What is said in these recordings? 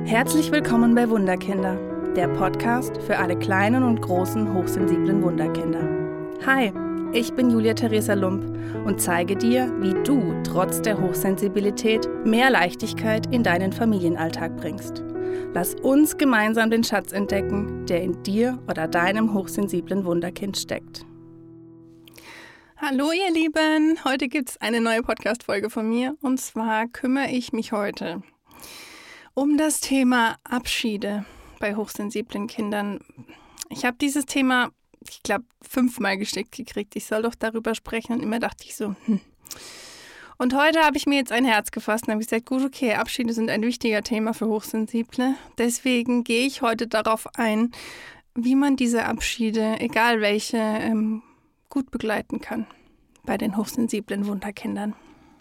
Herzlich willkommen bei Wunderkinder, der Podcast für alle kleinen und großen hochsensiblen Wunderkinder. Hi, ich bin Julia Theresa Lump und zeige dir, wie du trotz der Hochsensibilität mehr Leichtigkeit in deinen Familienalltag bringst. Lass uns gemeinsam den Schatz entdecken, der in dir oder deinem hochsensiblen Wunderkind steckt. Hallo ihr Lieben, heute gibt es eine neue Podcast-Folge von mir und zwar kümmere ich mich heute um das Thema Abschiede bei hochsensiblen Kindern. Ich habe dieses Thema, ich glaube, 5-mal geschickt gekriegt. Ich soll doch darüber sprechen und immer dachte ich so, Und heute habe ich mir jetzt ein Herz gefasst und habe gesagt, gut, okay, Abschiede sind ein wichtiger Thema für Hochsensible. Deswegen gehe ich heute darauf ein, wie man diese Abschiede, egal welche, gut begleiten kann bei den hochsensiblen Wunderkindern.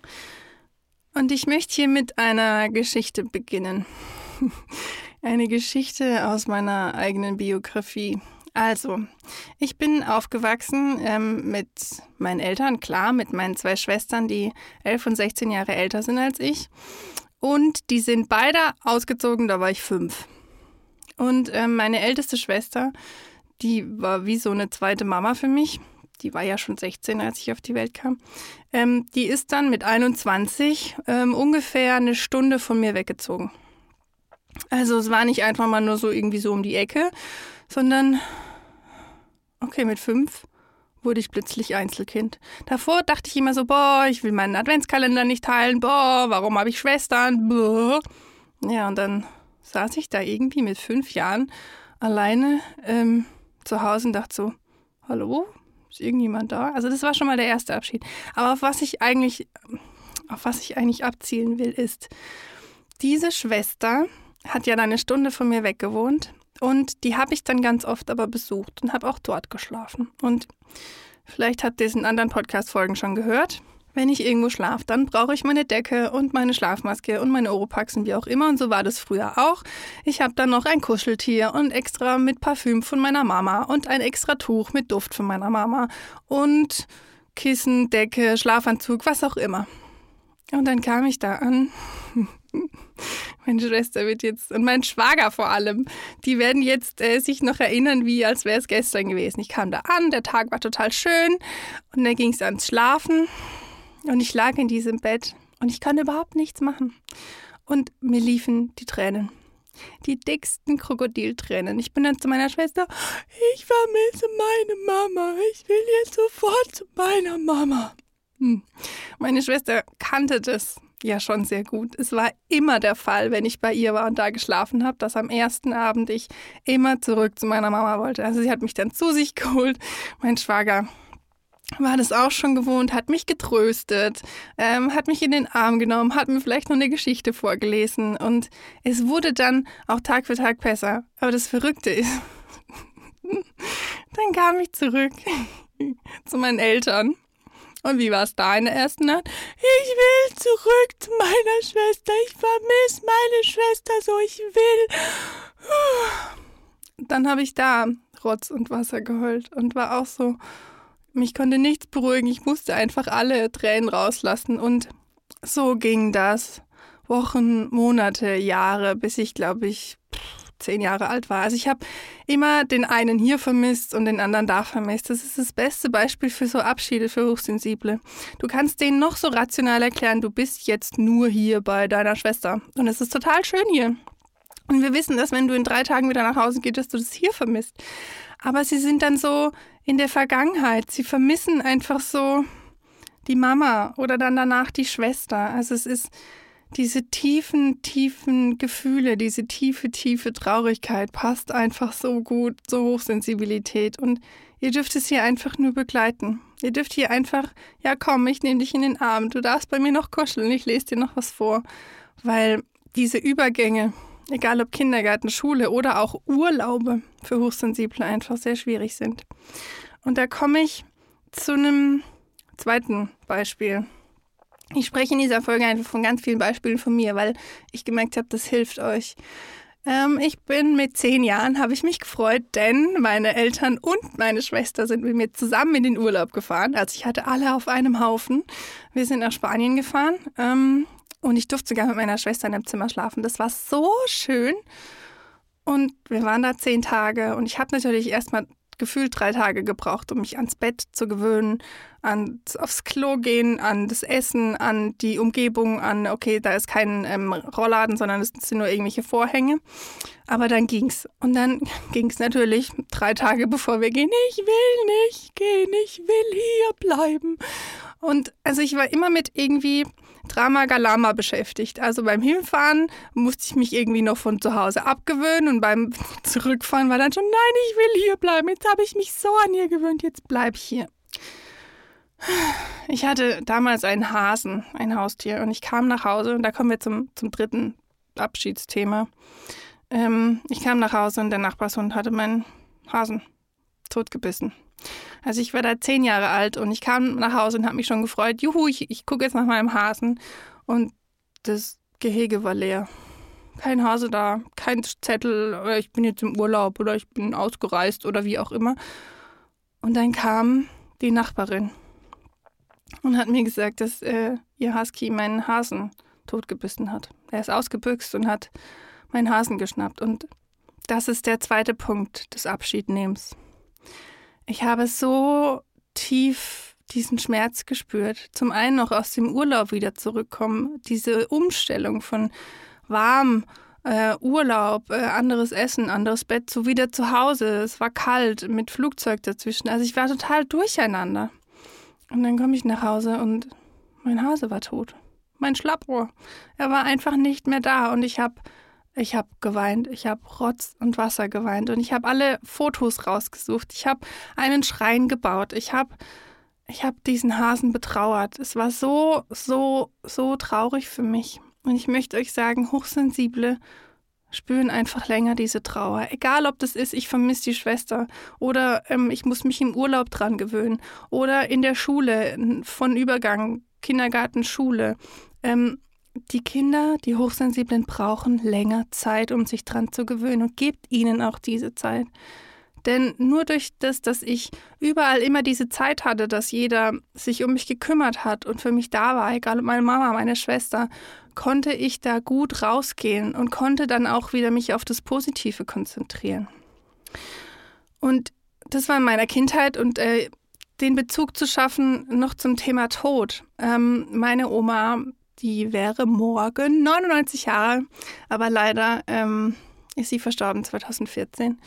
Und ich möchte hier mit einer Geschichte beginnen. Eine Geschichte aus meiner eigenen Biografie. Also, ich bin aufgewachsen mit meinen Eltern, klar, mit meinen 2 Schwestern, die 11 und 16 Jahre älter sind als ich. Und die sind beide ausgezogen, da war ich 5. Und meine älteste Schwester, die war wie so eine zweite Mama für mich. Die war ja schon 16, als ich auf die Welt kam. Die ist dann mit 21 ungefähr eine Stunde von mir weggezogen. Also es war nicht einfach mal nur so irgendwie so um die Ecke, sondern, okay, mit 5 wurde ich plötzlich Einzelkind. Davor dachte ich immer so, ich will meinen Adventskalender nicht teilen, warum habe ich Schwestern, Ja, und dann saß ich da irgendwie mit 5 Jahren alleine zu Hause und dachte so, hallo? Ist irgendjemand da? Also das war schon mal der erste Abschied. Aber auf was ich eigentlich abzielen will, ist, diese Schwester hat ja dann eine Stunde von mir weg gewohnt und die habe ich dann ganz oft aber besucht und habe auch dort geschlafen. Und vielleicht habt ihr es in anderen Podcast-Folgen schon gehört. Wenn ich irgendwo schlafe, dann brauche ich meine Decke und meine Schlafmaske und meine Oropax und wie auch immer. Und so war das früher auch. Ich habe dann noch ein Kuscheltier und extra mit Parfüm von meiner Mama und ein extra Tuch mit Duft von meiner Mama und Kissen, Decke, Schlafanzug, was auch immer. Und dann kam ich da an. Meine Schwester wird jetzt, und mein Schwager vor allem, die werden jetzt sich noch erinnern, wie als wäre es gestern gewesen. Ich kam da an, der Tag war total schön und dann ging es ans Schlafen. Und ich lag in diesem Bett und ich konnte überhaupt nichts machen. Und mir liefen die Tränen. Die dicksten Krokodiltränen. Ich bin dann zu meiner Schwester, ich vermisse meine Mama. Ich will jetzt sofort zu meiner Mama. Meine Schwester kannte das ja schon sehr gut. Es war immer der Fall, wenn ich bei ihr war und da geschlafen habe, dass am ersten Abend ich immer zurück zu meiner Mama wollte. Also sie hat mich dann zu sich geholt. Mein Schwager war das auch schon gewohnt, hat mich getröstet, hat mich in den Arm genommen, hat mir vielleicht noch eine Geschichte vorgelesen und es wurde dann auch Tag für Tag besser. Aber das Verrückte ist, dann kam ich zurück zu meinen Eltern. Und wie war es da in der ersten Nacht? Ich will zurück zu meiner Schwester, ich vermisse meine Schwester so, ich will. Dann habe ich da Rotz und Wasser geheult und war auch so, mich konnte nichts beruhigen, ich musste einfach alle Tränen rauslassen und so ging das Wochen, Monate, Jahre, bis ich, glaube ich, 10 Jahre alt war. Also ich habe immer den einen hier vermisst und den anderen da vermisst. Das ist das beste Beispiel für so Abschiede für Hochsensible. Du kannst denen noch so rational erklären, du bist jetzt nur hier bei deiner Schwester und es ist total schön hier. Und wir wissen, dass wenn du in 3 Tagen wieder nach Hause gehst, dass du das hier vermisst. Aber sie sind dann so in der Vergangenheit. Sie vermissen einfach so die Mama oder dann danach die Schwester. Also es ist diese tiefen Gefühle, diese tiefe Traurigkeit passt einfach so gut zur Hochsensibilität. Und ihr dürft es hier einfach nur begleiten. Ihr dürft hier einfach, ja komm, ich nehme dich in den Arm. Du darfst bei mir noch kuscheln, ich lese dir noch was vor. Weil diese Übergänge, egal ob Kindergarten, Schule oder auch Urlaube für Hochsensible einfach sehr schwierig sind. Und da komme ich zu einem zweiten Beispiel. Ich spreche in dieser Folge einfach von ganz vielen Beispielen von mir, weil ich gemerkt habe, das hilft euch. Ich bin mit 10 Jahren, habe ich mich gefreut, denn meine Eltern und meine Schwester sind mit mir zusammen in den Urlaub gefahren. Also ich hatte alle auf einem Haufen. Wir sind nach Spanien gefahren Und ich durfte sogar mit meiner Schwester in einem Zimmer schlafen. Das war so schön. Und wir waren da 10 Tage. Und ich habe natürlich erstmal gefühlt 3 Tage gebraucht, um mich ans Bett zu gewöhnen, aufs Klo gehen, an das Essen, an die Umgebung, okay, da ist kein Rollladen, sondern es sind nur irgendwelche Vorhänge. Aber dann ging's. Und dann ging's natürlich 3 Tage, bevor wir gehen. Ich will nicht gehen, ich will hier bleiben. Und also ich war immer mit irgendwie Drama Galama beschäftigt. Also beim Hinfahren musste ich mich irgendwie noch von zu Hause abgewöhnen und beim Zurückfahren war dann schon, nein, ich will hier bleiben. Jetzt habe ich mich so an ihr gewöhnt, jetzt bleibe ich hier. Ich hatte damals einen Hasen, ein Haustier, und ich kam nach Hause und da kommen wir zum dritten Abschiedsthema. Ich kam nach Hause und der Nachbarshund hatte meinen Hasen totgebissen. Also ich war da 10 Jahre alt und ich kam nach Hause und habe mich schon gefreut. Juhu, ich gucke jetzt nach meinem Hasen. Und das Gehege war leer. Kein Hase da, kein Zettel, oder ich bin jetzt im Urlaub oder ich bin ausgereist oder wie auch immer. Und dann kam die Nachbarin und hat mir gesagt, dass ihr Husky meinen Hasen totgebissen hat. Er ist ausgebüxt und hat meinen Hasen geschnappt. Und das ist der zweite Punkt des Abschiednehmens. Ich habe so tief diesen Schmerz gespürt. Zum einen noch aus dem Urlaub wieder zurückkommen. Diese Umstellung von warm, Urlaub, anderes Essen, anderes Bett, so wieder zu Hause. Es war kalt, mit Flugzeug dazwischen. Also ich war total durcheinander. Und dann komme ich nach Hause und mein Hase war tot. Mein Schlappohr. Er war einfach nicht mehr da. Und ich habe geweint, ich habe Rotz und Wasser geweint und ich habe alle Fotos rausgesucht. Ich habe einen Schrein gebaut. Ich habe diesen Hasen betrauert. Es war so, so, so traurig für mich. Und ich möchte euch sagen, Hochsensible spüren einfach länger diese Trauer. Egal, ob das ist, ich vermisse die Schwester oder ich muss mich im Urlaub dran gewöhnen oder in der Schule, von Übergang, Kindergarten, Schule. Die Kinder, die Hochsensiblen, brauchen länger Zeit, um sich dran zu gewöhnen, und gebt ihnen auch diese Zeit. Denn nur durch das, dass ich überall immer diese Zeit hatte, dass jeder sich um mich gekümmert hat und für mich da war, egal ob meine Mama, meine Schwester, konnte ich da gut rausgehen und konnte dann auch wieder mich auf das Positive konzentrieren. Und das war in meiner Kindheit, und den Bezug zu schaffen noch zum Thema Tod. Meine Oma, die wäre morgen 99 Jahre, aber leider ist sie verstorben 2014.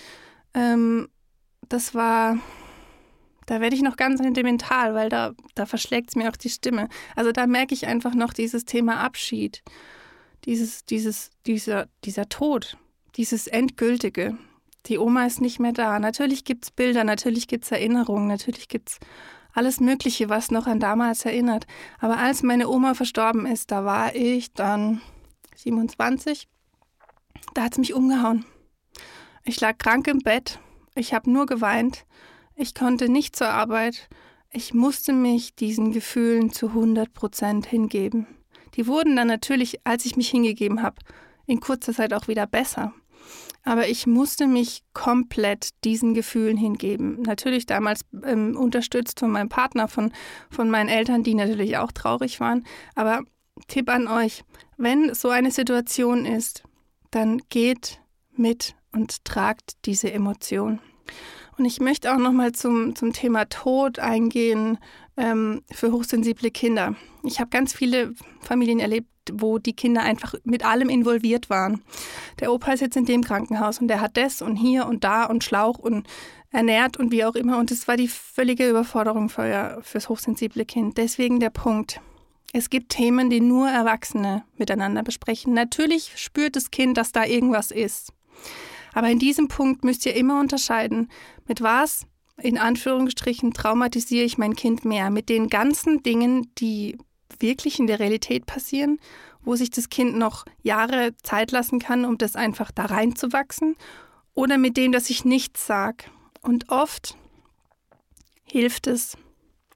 Da werde ich noch ganz sentimental, weil da verschlägt es mir auch die Stimme. Also da merke ich einfach noch dieses Thema Abschied, dieser Tod, dieses Endgültige. Die Oma ist nicht mehr da. Natürlich gibt es Bilder, natürlich gibt es Erinnerungen, natürlich gibt es alles Mögliche, was noch an damals erinnert. Aber als meine Oma verstorben ist, da war ich dann 27, da hat es mich umgehauen. Ich lag krank im Bett, ich habe nur geweint, ich konnte nicht zur Arbeit, ich musste mich diesen Gefühlen zu 100% hingeben. Die wurden dann natürlich, als ich mich hingegeben habe, in kurzer Zeit auch wieder besser. Aber ich musste mich komplett diesen Gefühlen hingeben. Natürlich damals unterstützt von meinem Partner, von meinen Eltern, die natürlich auch traurig waren. Aber Tipp an euch, wenn so eine Situation ist, dann geht mit und tragt diese Emotion. Und ich möchte auch nochmal zum Thema Tod eingehen für hochsensible Kinder. Ich habe ganz viele Familien erlebt, wo die Kinder einfach mit allem involviert waren. Der Opa ist jetzt in dem Krankenhaus und der hat das und hier und da und Schlauch und ernährt und wie auch immer. Und das war die völlige Überforderung fürs hochsensible Kind. Deswegen der Punkt. Es gibt Themen, die nur Erwachsene miteinander besprechen. Natürlich spürt das Kind, dass da irgendwas ist. Aber in diesem Punkt müsst ihr immer unterscheiden, mit was, in Anführungsstrichen, traumatisiere ich mein Kind mehr. Mit den ganzen Dingen, die wirklich in der Realität passieren, wo sich das Kind noch Jahre Zeit lassen kann, um das einfach da reinzuwachsen, oder mit dem, dass ich nichts sage. Und oft hilft es,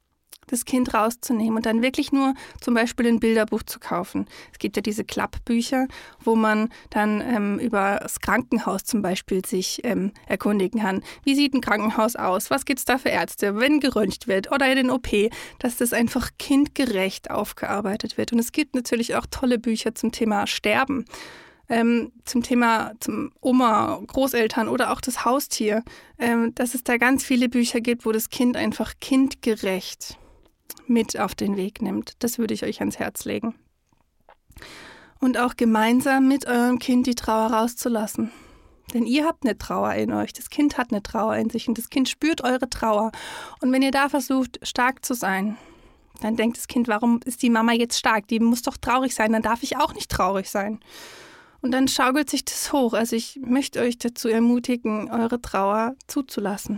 das Kind rauszunehmen und dann wirklich nur zum Beispiel ein Bilderbuch zu kaufen. Es gibt ja diese Klappbücher, wo man dann über das Krankenhaus zum Beispiel sich erkundigen kann. Wie sieht ein Krankenhaus aus? Was gibt es da für Ärzte, wenn geröntgt wird oder in den OP? Dass das einfach kindgerecht aufgearbeitet wird. Und es gibt natürlich auch tolle Bücher zum Thema Sterben. Zum Oma, Großeltern oder auch das Haustier, dass es da ganz viele Bücher gibt, wo das Kind einfach kindgerecht mit auf den Weg nimmt. Das würde ich euch ans Herz legen. Und auch gemeinsam mit eurem Kind die Trauer rauszulassen. Denn ihr habt eine Trauer in euch, das Kind hat eine Trauer in sich und das Kind spürt eure Trauer. Und wenn ihr da versucht, stark zu sein, dann denkt das Kind, warum ist die Mama jetzt stark? Die muss doch traurig sein, dann darf ich auch nicht traurig sein. Und dann schaukelt sich das hoch. Also ich möchte euch dazu ermutigen, eure Trauer zuzulassen.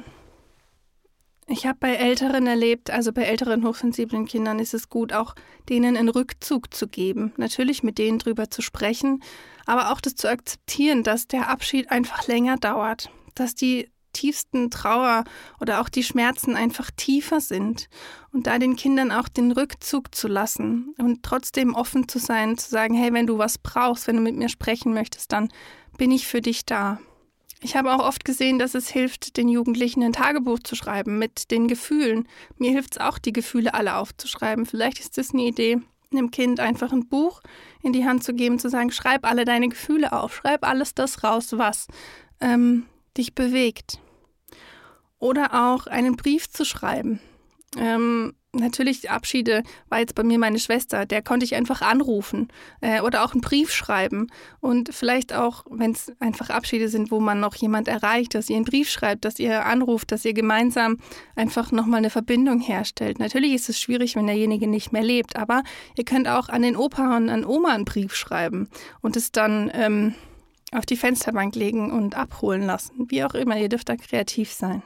Ich habe bei Älteren erlebt, also bei älteren hochsensiblen Kindern ist es gut, auch denen einen Rückzug zu geben. Natürlich mit denen drüber zu sprechen, aber auch das zu akzeptieren, dass der Abschied einfach länger dauert, dass die tiefsten Trauer oder auch die Schmerzen einfach tiefer sind und da den Kindern auch den Rückzug zu lassen und trotzdem offen zu sein, zu sagen, hey, wenn du was brauchst, wenn du mit mir sprechen möchtest, dann bin ich für dich da. Ich habe auch oft gesehen, dass es hilft, den Jugendlichen ein Tagebuch zu schreiben mit den Gefühlen. Mir hilft es auch, die Gefühle alle aufzuschreiben. Vielleicht ist das eine Idee, einem Kind einfach ein Buch in die Hand zu geben, zu sagen, schreib alle deine Gefühle auf, schreib alles das raus, was dich bewegt. Oder auch einen Brief zu schreiben. Natürlich, Abschiede war jetzt bei mir meine Schwester, der konnte ich einfach anrufen oder auch einen Brief schreiben. Und vielleicht auch, wenn es einfach Abschiede sind, wo man noch jemand erreicht, dass ihr einen Brief schreibt, dass ihr anruft, dass ihr gemeinsam einfach nochmal eine Verbindung herstellt. Natürlich ist es schwierig, wenn derjenige nicht mehr lebt, aber ihr könnt auch an den Opa und an Oma einen Brief schreiben und es dann auf die Fensterbank legen und abholen lassen. Wie auch immer, ihr dürft da kreativ sein.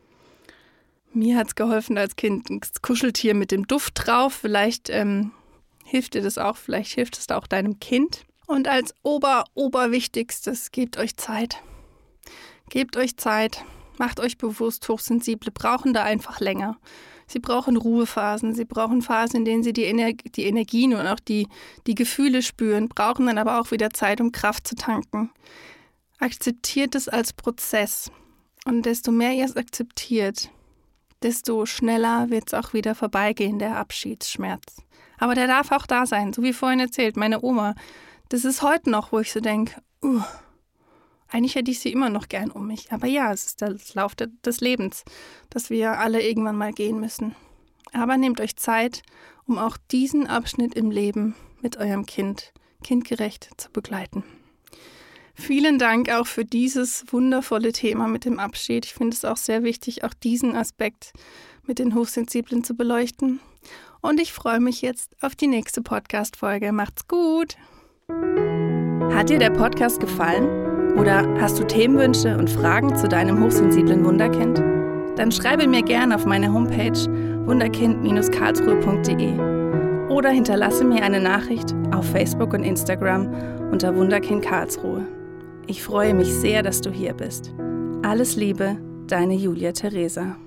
Mir hat es geholfen als Kind, ein Kuscheltier mit dem Duft drauf. Vielleicht hilft dir das auch, vielleicht hilft es auch deinem Kind. Und als Oberwichtigstes, gebt euch Zeit. Gebt euch Zeit, macht euch bewusst, Hochsensible brauchen da einfach länger. Sie brauchen Ruhephasen, sie brauchen Phasen, in denen sie die Energien und auch die Gefühle spüren, brauchen dann aber auch wieder Zeit, um Kraft zu tanken. Akzeptiert es als Prozess. Und desto mehr ihr es akzeptiert, desto schneller wird es auch wieder vorbeigehen, der Abschiedsschmerz. Aber der darf auch da sein, so wie vorhin erzählt, meine Oma. Das ist heute noch, wo ich so denke, eigentlich hätte ich sie immer noch gern um mich. Aber ja, es ist der Lauf des Lebens, dass wir alle irgendwann mal gehen müssen. Aber nehmt euch Zeit, um auch diesen Abschnitt im Leben mit eurem Kind kindgerecht zu begleiten. Vielen Dank auch für dieses wundervolle Thema mit dem Abschied. Ich finde es auch sehr wichtig, auch diesen Aspekt mit den Hochsensiblen zu beleuchten. Und ich freue mich jetzt auf die nächste Podcast-Folge. Macht's gut! Hat dir der Podcast gefallen? Oder hast du Themenwünsche und Fragen zu deinem hochsensiblen Wunderkind? Dann schreibe mir gerne auf meine Homepage wunderkind-karlsruhe.de oder hinterlasse mir eine Nachricht auf Facebook und Instagram unter Wunderkind Karlsruhe. Ich freue mich sehr, dass du hier bist. Alles Liebe, deine Julia Theresa.